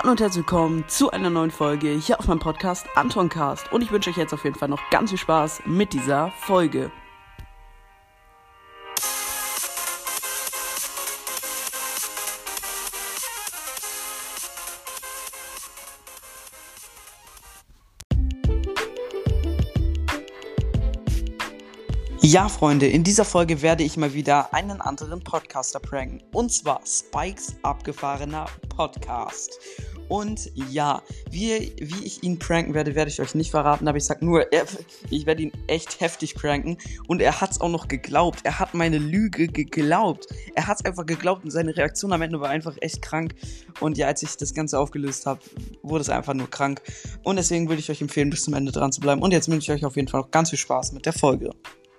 Hallo und herzlich willkommen zu einer neuen Folge hier auf meinem Podcast Antoncast. Und ich wünsche euch jetzt auf jeden Fall noch ganz viel Spaß mit dieser Folge. Ja, Freunde, in dieser Folge werde ich mal wieder einen anderen Podcaster pranken. Und zwar Spikes abgefahrener Podcast. Und ja, wie ich ihn pranken werde, werde ich euch nicht verraten. Aber ich sag nur, ich werde ihn echt heftig pranken. Und er hat es auch noch geglaubt. Er hat meine Lüge geglaubt. Er hat es einfach geglaubt und seine Reaktion am Ende war einfach echt krank. Und ja, als ich das Ganze aufgelöst habe, wurde es einfach nur krank. Und deswegen würde ich euch empfehlen, bis zum Ende dran zu bleiben. Und jetzt wünsche ich euch auf jeden Fall noch ganz viel Spaß mit der Folge.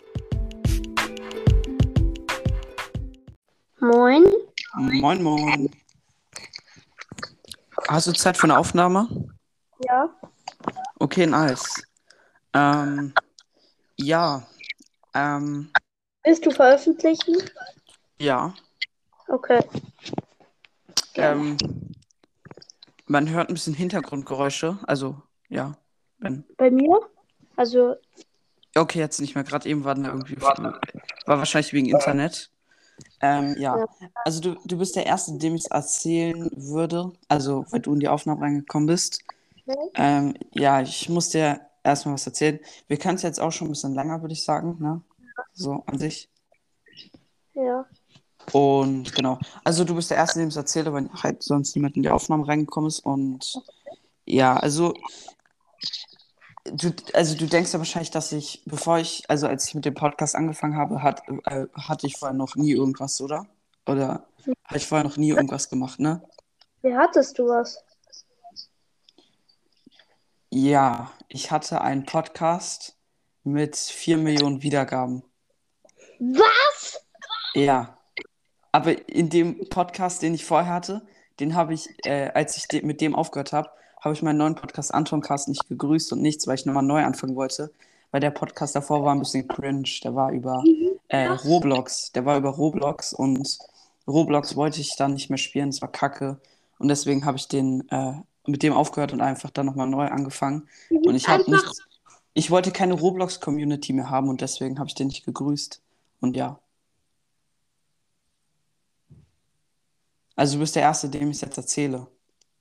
Moin. Moin, moin. Hast du Zeit für eine Aufnahme? Ja. Okay, nice. Ja. Willst du veröffentlichen? Ja. Okay. Gerne. Man hört ein bisschen Hintergrundgeräusche. Also, ja. Bei mir? Also, Okay, jetzt nicht mehr. Gerade eben war wahrscheinlich wegen Internet. Ja. Ja. Also du bist der Erste, dem ich es erzählen würde. Also, weil du in die Aufnahme reingekommen bist. Ja, ich muss dir erstmal was erzählen. Wir können es jetzt auch schon ein bisschen länger, würde ich sagen, ne? So an sich. Ja. Und genau. Also du bist der Erste, dem ich es erzähle, weil halt sonst niemand in die Aufnahme reingekommen ist. Und ja, also du denkst ja wahrscheinlich, dass als ich mit dem Podcast angefangen habe, hatte ich vorher noch nie irgendwas, oder? Oder habe ich vorher noch nie irgendwas gemacht, ne? Wie hattest du was? Ja, ich hatte einen Podcast mit 4 Millionen Wiedergaben. Was? Ja, aber in dem Podcast, den ich vorher hatte, den habe ich, als ich mit dem aufgehört habe ich meinen neuen Podcast Antoncast nicht gegrüßt und nichts, weil ich nochmal neu anfangen wollte. Weil der Podcast davor war ein bisschen cringe. Der war über Was? Roblox. Der war über Roblox und Roblox wollte ich dann nicht mehr spielen. Das war kacke. Und deswegen habe ich mit dem aufgehört und einfach dann nochmal neu angefangen. Und ich habe Einfach. nichts. Ich wollte keine Roblox-Community mehr haben und deswegen habe ich den nicht gegrüßt. Und ja. Also du bist der Erste, dem ich es jetzt erzähle.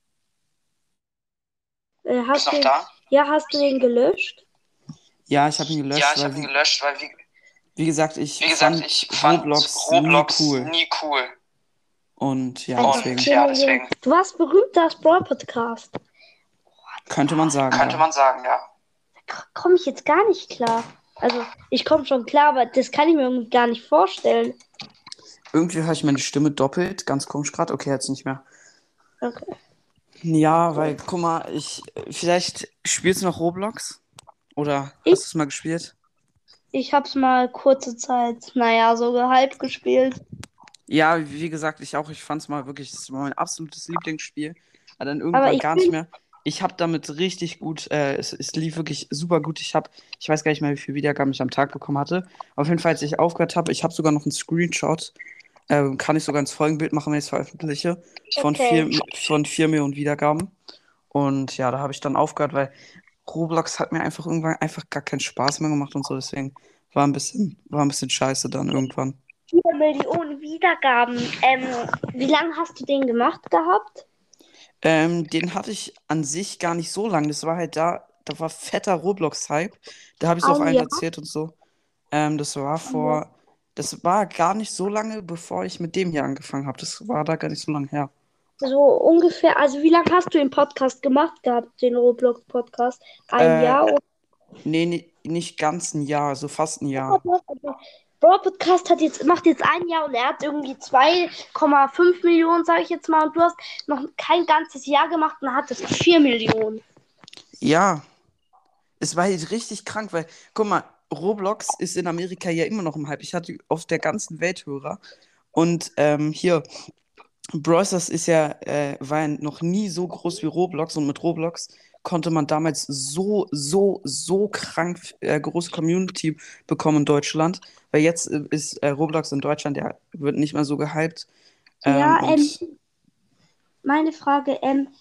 Hast du da? Ja, hast du den gelöscht? Ja, ich habe ihn gelöscht, wie gesagt, ich fand Roblox nie cool. Und ja, Einfach deswegen 10 Millionen. Du warst berühmter als Brawl Podcast. könnte man sagen, ja. Da komme ich jetzt gar nicht klar. Also, ich komme schon klar, aber das kann ich mir irgendwie gar nicht vorstellen. Irgendwie höre ich meine Stimme doppelt, ganz komisch gerade. Okay, jetzt nicht mehr. Okay. Ja, weil, guck mal, vielleicht spielst du noch Roblox? Oder Ich- hast du es mal gespielt? Ich hab's mal kurze Zeit, so halb gespielt. Ja, wie gesagt, ich auch. Ich fand es mal wirklich, das war mein absolutes Lieblingsspiel. Aber dann Aber irgendwann ich gar nicht bin mehr. Ich habe damit richtig gut, es lief wirklich super gut. Ich weiß gar nicht mehr, wie viele Wiedergaben ich am Tag bekommen hatte. Auf jeden Fall, als ich aufgehört habe, ich habe sogar noch einen Screenshot. Kann ich sogar ins Folgenbild machen, wenn ich es veröffentliche. okay. Von 4 Millionen Wiedergaben. Und ja, da habe ich dann aufgehört, weil Roblox hat mir einfach irgendwann einfach gar keinen Spaß mehr gemacht und so. Deswegen war ein bisschen scheiße dann irgendwann. 4 Millionen Wiedergaben. Wie lange hast du den gemacht gehabt? Den hatte ich an sich gar nicht so lange. Das war halt da war fetter Roblox-Hype. Da habe ich es auch Ein allen Jahr. erzählt und so. Das war gar nicht so lange, bevor ich mit dem hier angefangen habe. Das war da gar nicht so lange her. So ungefähr. Also wie lange hast du den Podcast gemacht gehabt, den Roblox-Podcast? Ein Äh, Jahr? Oder? nee, nicht ganz ein Jahr, so fast ein Jahr. Brawl Podcast macht jetzt ein Jahr und er hat irgendwie 2,5 Millionen, sage ich jetzt mal. Und du hast noch kein ganzes Jahr gemacht und hattest 4 Millionen. Ja, es war halt richtig krank, weil, guck mal, Roblox ist in Amerika ja immer noch im Hype. Ich hatte auf der ganzen Welt Hörer. Und hier, Brawl Stars war ja noch nie so groß wie Roblox und mit Roblox konnte man damals so krank große Community bekommen in Deutschland, weil jetzt ist Roblox in Deutschland, ja, wird nicht mehr so gehypt. Ja, Und meine Frage,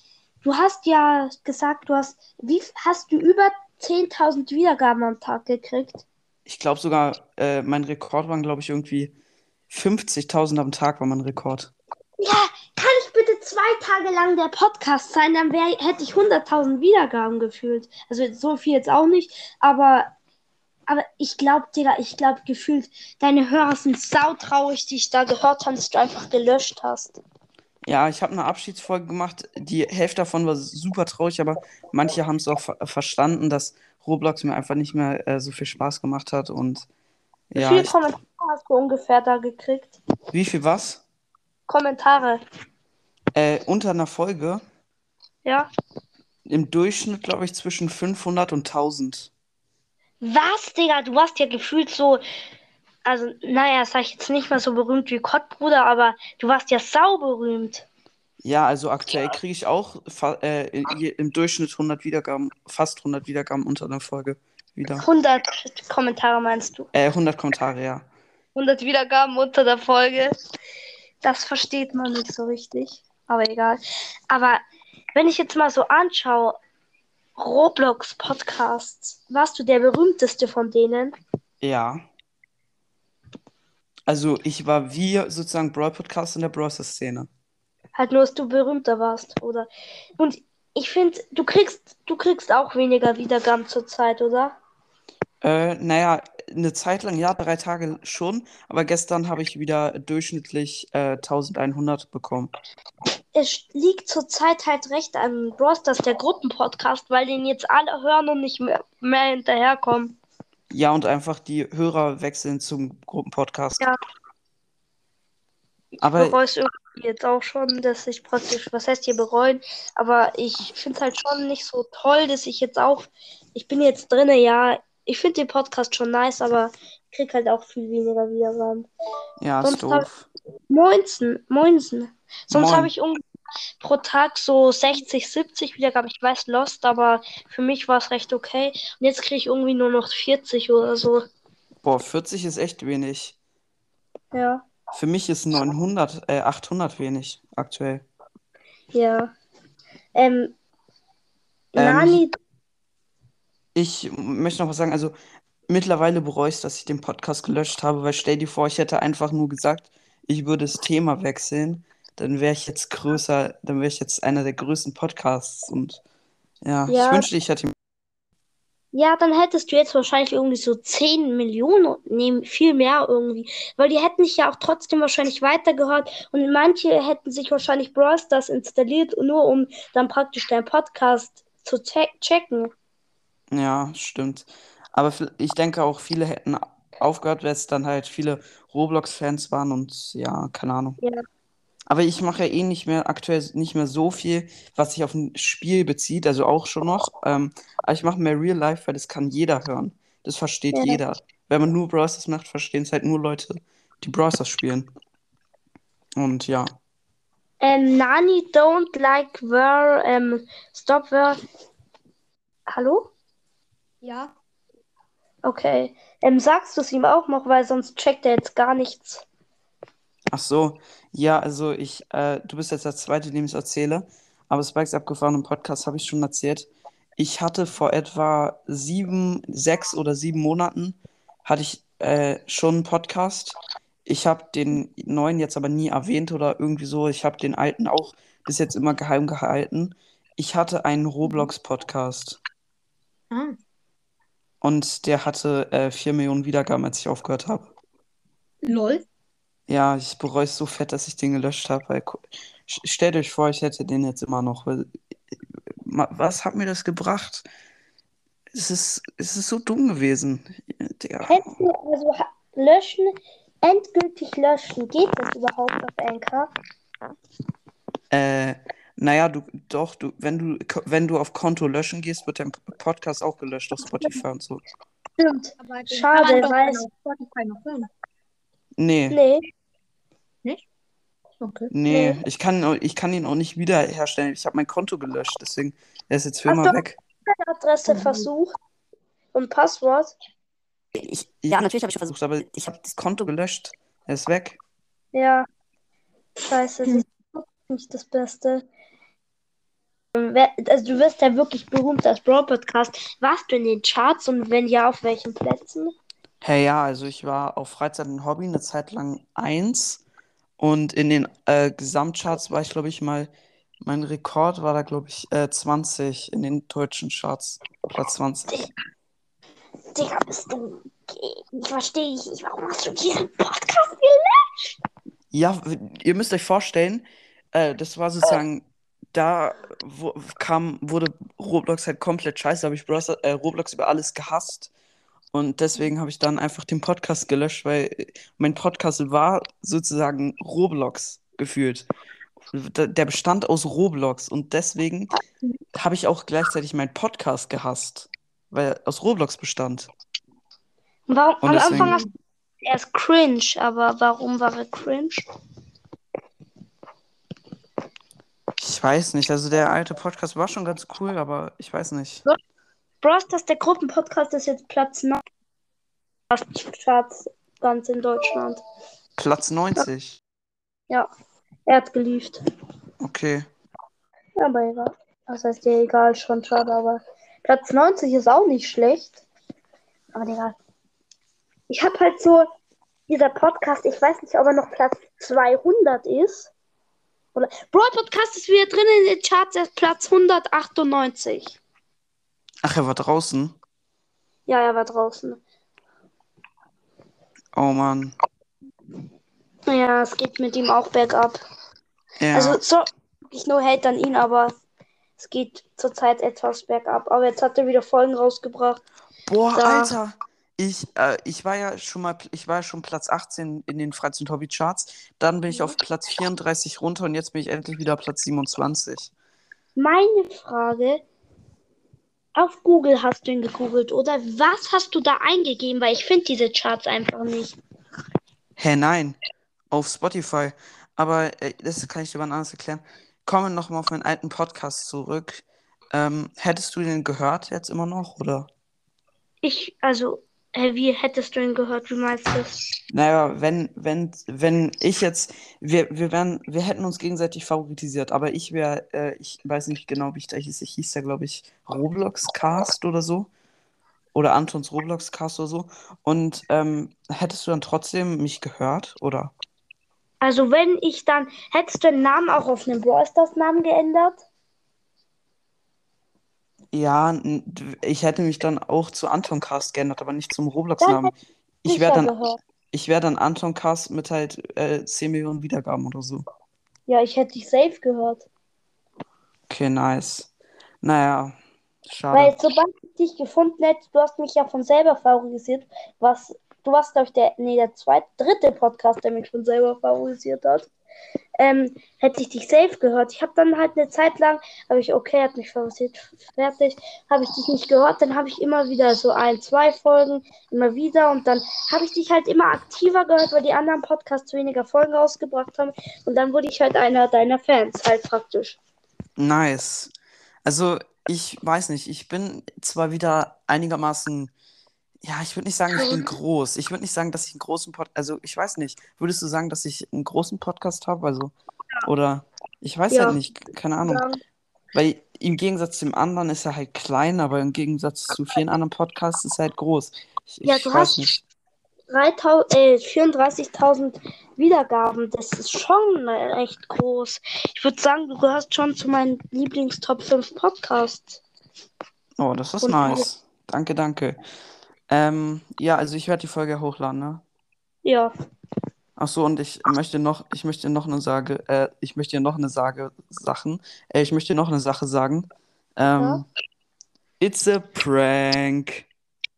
Du hast ja gesagt, hast du über 10.000 Wiedergaben am Tag gekriegt? Ich glaube sogar, mein Rekord waren, glaube ich, irgendwie 50.000 am Tag war mein Rekord. Ja, kann ich bitte 2 Tage lang der Podcast sein, dann hätte ich 100.000 Wiedergaben gefühlt. Also so viel jetzt auch nicht, aber ich glaube, Digga, ich glaube gefühlt, deine Hörer sind sautraurig, die ich da gehört habe, dass du einfach gelöscht hast. Ja, ich habe eine Abschiedsfolge gemacht. Die Hälfte davon war super traurig, aber manche haben es auch verstanden, dass Roblox mir einfach nicht mehr so viel Spaß gemacht hat. Und Wie ja, viele Kommentare hast du ungefähr da gekriegt? wie viel was? Kommentare, Unter einer Folge ja? im Durchschnitt, glaube ich, zwischen 500 und 1000. Was, Digga? Du warst ja gefühlt so, also, naja, sag ich jetzt nicht mal so berühmt wie Kottbruder, aber du warst ja sauberühmt. Ja, also aktuell kriege ich auch im Durchschnitt 100 Wiedergaben, fast 100 Wiedergaben unter einer Folge wieder. 100 Kommentare meinst du? 100 Kommentare, ja. 100 Wiedergaben unter der Folge. Das versteht man nicht so richtig. Aber egal. Aber wenn ich jetzt mal so anschaue, Roblox-Podcasts, warst du der berühmteste von denen? Ja. Also ich war wie sozusagen Brawl-Podcast in der Browser-Szene. Halt nur, dass du berühmter warst, oder? Und ich finde, du kriegst auch weniger Wiedergaben zur Zeit, oder? Naja, eine Zeit lang, ja, 3 Tage schon, aber gestern habe ich wieder durchschnittlich 1100 bekommen. Es liegt zurzeit halt recht an Brawl Stars, der Gruppenpodcast, weil den jetzt alle hören und nicht mehr hinterherkommen. Ja, und einfach die Hörer wechseln zum Gruppenpodcast. Ja, ich Aber bereue es irgendwie jetzt auch schon, dass ich praktisch, was heißt hier bereuen, aber ich finde es halt schon nicht so toll, dass ich bin jetzt drinne, ja, ich finde den Podcast schon nice, aber ich krieg halt auch viel weniger Wiedergaben. ja, ist Sonst habe doof. ich, Moinsen. Sonst habe Moin. ich pro Tag so 60, 70 Wiedergaben. Ich weiß, Lost, aber für mich war es recht okay. Und jetzt kriege ich irgendwie nur noch 40 oder so. Boah, 40 ist echt wenig. Ja, Für mich ist 800 wenig aktuell. ja. Ähm, Ähm, Nani, Ich möchte noch was sagen. Also mittlerweile bereue ich, dass ich den Podcast gelöscht habe, weil stell dir vor, ich hätte einfach nur gesagt, ich würde das Thema wechseln, dann wäre ich jetzt größer, dann wäre ich jetzt einer der größten Podcasts. Und ja, ich ja, wünschte, ich hätte. ja, dann hättest du jetzt wahrscheinlich irgendwie so 10 Millionen, nee, viel mehr irgendwie. Weil die hätten dich ja auch trotzdem wahrscheinlich weitergehört und manche hätten sich wahrscheinlich Brawl Stars installiert, nur um dann praktisch deinen Podcast zu checken. Ja, stimmt. Aber ich denke auch, viele hätten aufgehört, weil es dann halt viele Roblox-Fans waren und ja, keine Ahnung. Ja, Aber ich mache ja eh nicht mehr, aktuell nicht mehr so viel, was sich auf ein Spiel bezieht, also auch schon noch. Aber ich mache mehr Real Life, weil das kann jeder hören. Das versteht ja. jeder. Wenn man nur Brawl Stars macht, verstehen es halt nur Leute, die Brawl Stars spielen. Und ja. Nani don't like where, stop where. Hallo? Ja, Okay. Sagst du es ihm auch noch, weil sonst checkt er jetzt gar nichts. Ach so, ja, also du bist jetzt der Zweite, dem ich es erzähle, aber Spikes abgefahren im Podcast habe ich schon erzählt. Ich hatte vor etwa 6 oder 7 Monaten hatte ich schon einen Podcast. Ich habe den neuen jetzt aber nie erwähnt oder irgendwie so. Ich habe den alten auch bis jetzt immer geheim gehalten. Ich hatte einen Roblox-Podcast ah, und der hatte 4 Millionen Wiedergaben, als ich aufgehört habe. lol. Ja, ich bereue es so fett, dass ich den gelöscht habe, weil stellt euch vor, ich hätte den jetzt immer noch. Weil, was hat mir das gebracht? Es ist so dumm gewesen. Digga. Kennst du also löschen, endgültig löschen? Geht das überhaupt auf Anchor? Äh, naja, wenn du auf Konto löschen gehst, wird dein Podcast auch gelöscht auf Spotify und so. Stimmt. Aber den Schade, kann man doch weil dann auf Spotify noch hören. Nee, nee, Nicht? Okay. nee, nee. ich kann ihn auch nicht wiederherstellen. Ich habe mein Konto gelöscht, deswegen er ist jetzt für Hast du immer weg. eine Adresse Mhm. versucht und Passwort? Ja, natürlich habe ich versucht, aber ich habe das Konto gelöscht. Er ist weg. Ja, scheiße, das ist nicht das Beste. Also du wirst ja wirklich berühmt als Brawl Podcast. Warst du in den Charts und wenn ja, auf welchen Plätzen? Hey, ja, also ich war auf Freizeit und Hobby eine Zeit lang 1 und in den Gesamtcharts war ich, glaube ich, mal, mein Rekord war da, glaube ich, 20 in den deutschen Charts, Platz 20. Digga, bist du. Ich verstehe nicht, warum hast du diesen Podcast gelöscht? Ja, ihr müsst euch vorstellen, das war sozusagen, da wurde Roblox halt komplett scheiße, habe ich Roblox über alles gehasst. Und deswegen habe ich dann einfach den Podcast gelöscht, weil mein Podcast war sozusagen Roblox gefühlt. Der bestand aus Roblox und deswegen habe ich auch gleichzeitig meinen Podcast gehasst, weil er aus Roblox bestand. Warum, Und am Anfang hast deswegen, du erst cringe, aber warum war er cringe? ich weiß nicht, also der alte Podcast war schon ganz cool, aber ich weiß nicht. Bros, der Gruppenpodcast ist jetzt Platz 9 Charts ganz in Deutschland. Platz 90. Ja, er hat geliefert. Okay. Ja, aber egal. Das heißt ja egal, schon schade, aber Platz 90 ist auch nicht schlecht. Aber egal. Ich habe halt so, dieser Podcast, ich weiß nicht, ob er noch Platz 200 ist. Oder Brawl Podcast ist wieder drin in den Charts, er ist Platz 198. Ach, er war draußen. Ja, er war draußen. Oh Mann. Ja, es geht mit ihm auch bergab. Ja. Also, so, ich no hate an ihn, aber es geht zurzeit etwas bergab. Aber jetzt hat er wieder Folgen rausgebracht. Boah, Da, Alter. Ich war ja schon Platz 18 in den Freizeit- und Hobbycharts. Dann bin ich auf Platz 34 runter und jetzt bin ich endlich wieder Platz 27. meine Frage, auf Google hast du ihn gegoogelt, oder was hast du da eingegeben? Weil ich finde diese Charts einfach nicht. Hä, nein. Auf Spotify. Aber das kann ich dir wann anders erklären. Kommen wir nochmal auf meinen alten Podcast zurück. Hättest du den gehört jetzt immer noch, oder? Wie hättest du ihn gehört? Wie meinst du das? Naja, wenn ich jetzt, wir hätten uns gegenseitig favorisiert, aber ich weiß nicht genau, wie ich hieß ja, glaube ich, Roblox Cast oder so. Oder Antons Roblox Cast oder so. Und hättest du dann trotzdem mich gehört, oder? Also wenn ich dann, hättest du den Namen auch auf einen Brawl Stars Namen geändert? Ja, ich hätte mich dann auch zu Anton Cast geändert, aber nicht zum Dann Roblox-Namen. hätte ich Ich wäre sicher dann, gehört. ich wäre dann Anton Cast mit halt 10 Millionen Wiedergaben oder so. Ja, ich hätte dich safe gehört. Okay, nice. Naja, schade. Weil sobald ich dich gefunden hätte, du hast mich ja von selber favorisiert, du warst, glaube ich, der dritte Podcast, der mich von selber favorisiert hat. Hätte ich dich safe gehört. Ich habe dann halt eine Zeit lang, okay, hat mich favorisiert, fertig, habe ich dich nicht gehört, dann habe ich immer wieder so 1, 2 Folgen, immer wieder und dann habe ich dich halt immer aktiver gehört, weil die anderen Podcasts weniger Folgen rausgebracht haben und dann wurde ich halt einer deiner Fans, halt praktisch. Nice. Also, ich weiß nicht, ich bin zwar wieder einigermaßen, ja, ich würde nicht sagen, ich bin groß. Ich würde nicht sagen, dass ich einen großen Podcast, also ich weiß nicht, würdest du sagen, dass ich einen großen Podcast habe? Also, oder ich weiß halt Ja, nicht, keine Ahnung. Weil im Gegensatz zum anderen ist er halt klein, aber im Gegensatz zu vielen anderen Podcasts ist er halt groß. ja, Ich du weiß hast nicht. 34.000 Wiedergaben. Das ist schon echt groß. Ich würde sagen, du gehörst schon zu meinen Lieblings-Top 5 Podcasts. Oh, das ist Und nice. Danke, danke. Ja, also ich werde die Folge hochladen, ne? ja, Ach so, und ich möchte noch eine ich möchte dir noch eine ich möchte dir noch eine Sache sagen. ja. It's a prank.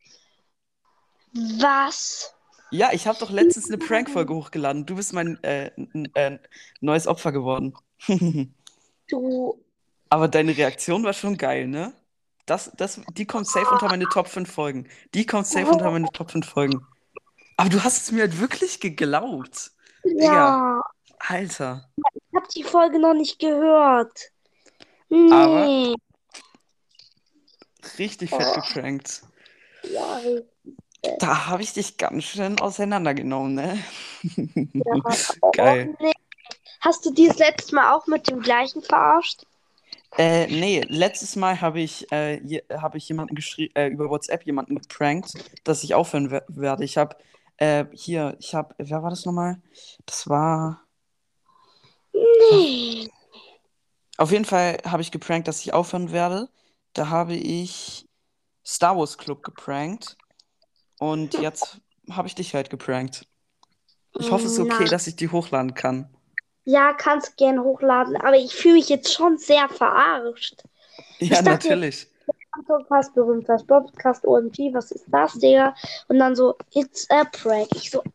Was? Ja, ich habe doch letztens eine Prank-Folge hochgeladen. Du bist mein neues Opfer geworden. Du. Aber deine Reaktion war schon geil, ne? Die kommt safe unter meine Top 5 Folgen. Die kommt safe unter meine Top 5 Folgen. Aber du hast es mir halt wirklich geglaubt. Digga, Ja, Alter. ich habe die Folge noch nicht gehört. Aber Nee. richtig fett geprankt. Ja, Da habe ich dich ganz schön auseinandergenommen, ne? ja. Geil. Nee. Hast du dieses letzte Mal auch mit dem gleichen verarscht? Nee, letztes Mal hab ich jemanden über WhatsApp jemanden geprankt, dass ich aufhören werde. Wer war das nochmal? Das war, ja, Nee. auf jeden Fall habe ich geprankt, dass ich aufhören werde. Da habe ich Star Wars Club geprankt und jetzt habe ich dich halt geprankt. Ich hoffe, es ist okay, Nein. dass ich die hochladen kann. Ja, kannst gerne hochladen, aber ich fühle mich jetzt schon sehr verarscht. Ja, Ich dachte jetzt, natürlich. Podcast, berühmt das Podcast, OMG, was ist das, Digga? Und dann so, it's a prank. Ich so,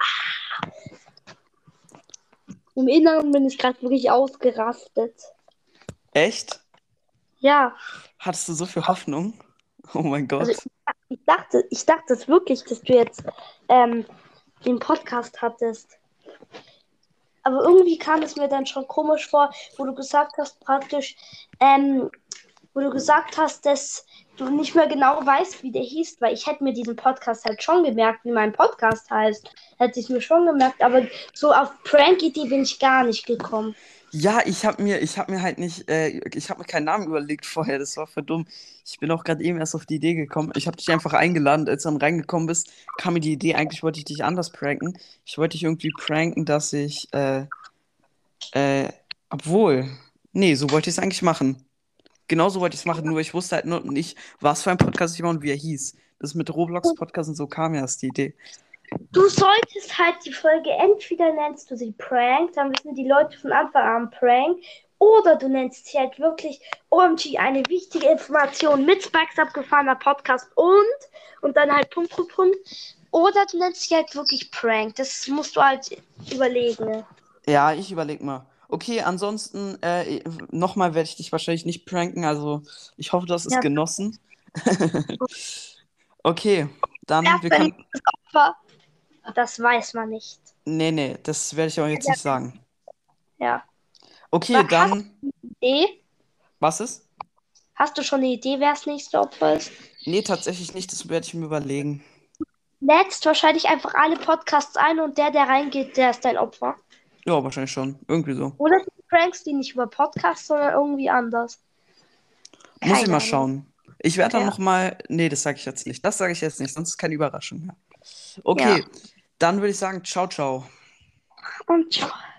im Inneren bin ich gerade wirklich ausgerastet. Echt? Ja, Hattest du so viel Hoffnung? Oh mein also Gott. ich dachte es wirklich, dass du jetzt den Podcast hattest. Aber irgendwie kam es mir dann schon komisch vor, wo du gesagt hast, praktisch, wo du gesagt hast, dass du nicht mehr genau weißt, wie der hieß, weil ich hätte mir diesen Podcast halt schon gemerkt, wie mein Podcast heißt. Hätte ich mir schon gemerkt, aber so auf Prank-Idee bin ich gar nicht gekommen. Ja, ich hab mir halt nicht, ich habe mir keinen Namen überlegt vorher, das war voll dumm. Ich bin auch gerade eben erst auf die Idee gekommen. Ich habe dich einfach eingeladen, als du dann reingekommen bist, kam mir die Idee, eigentlich wollte ich dich anders pranken. Ich wollte dich irgendwie pranken, äh, obwohl, nee, so wollte ich es eigentlich machen. Genauso wollte ich es machen, nur ich wusste halt nur nicht, was für ein Podcast ich mache und wie er hieß. Das mit Roblox-Podcast und so kam ja erst die Idee. Du solltest halt die Folge, entweder nennst du sie Prank, dann wissen die Leute von Anfang an Prank, oder du nennst sie halt wirklich OMG, eine wichtige Information mit Spikes abgefahrener Podcast und dann halt Punkt, Punkt, Punkt. Oder du nennst sie halt wirklich Prank. Das musst du halt überlegen. Ja, ich überleg mal. Okay, ansonsten, nochmal werde ich dich wahrscheinlich nicht pranken, also ich hoffe, du hast es Ja, genossen. Okay, dann, erst wir wenn können. das Opfer, das weiß man nicht. Nee, nee, das werde ich auch jetzt Ja, nicht sagen. ja. Okay, Hast dann, du eine Idee? was ist? Hast du schon eine Idee, wer das nächste Opfer ist? Nee, tatsächlich nicht, das werde ich mir überlegen. Lädst wahrscheinlich einfach alle Podcasts ein und der reingeht, der ist dein Opfer. Ja, wahrscheinlich schon. Irgendwie so. Oder du prankst die nicht über Podcasts, sondern irgendwie anders. Muss ich Keine mal Ahnung. schauen. Ich werde dann Ja. nochmal. Nee, das sage ich jetzt nicht. Das sage ich jetzt nicht, sonst ist keine Überraschung mehr. Ja. Okay, dann würde ich sagen, ciao, ciao. Und ciao.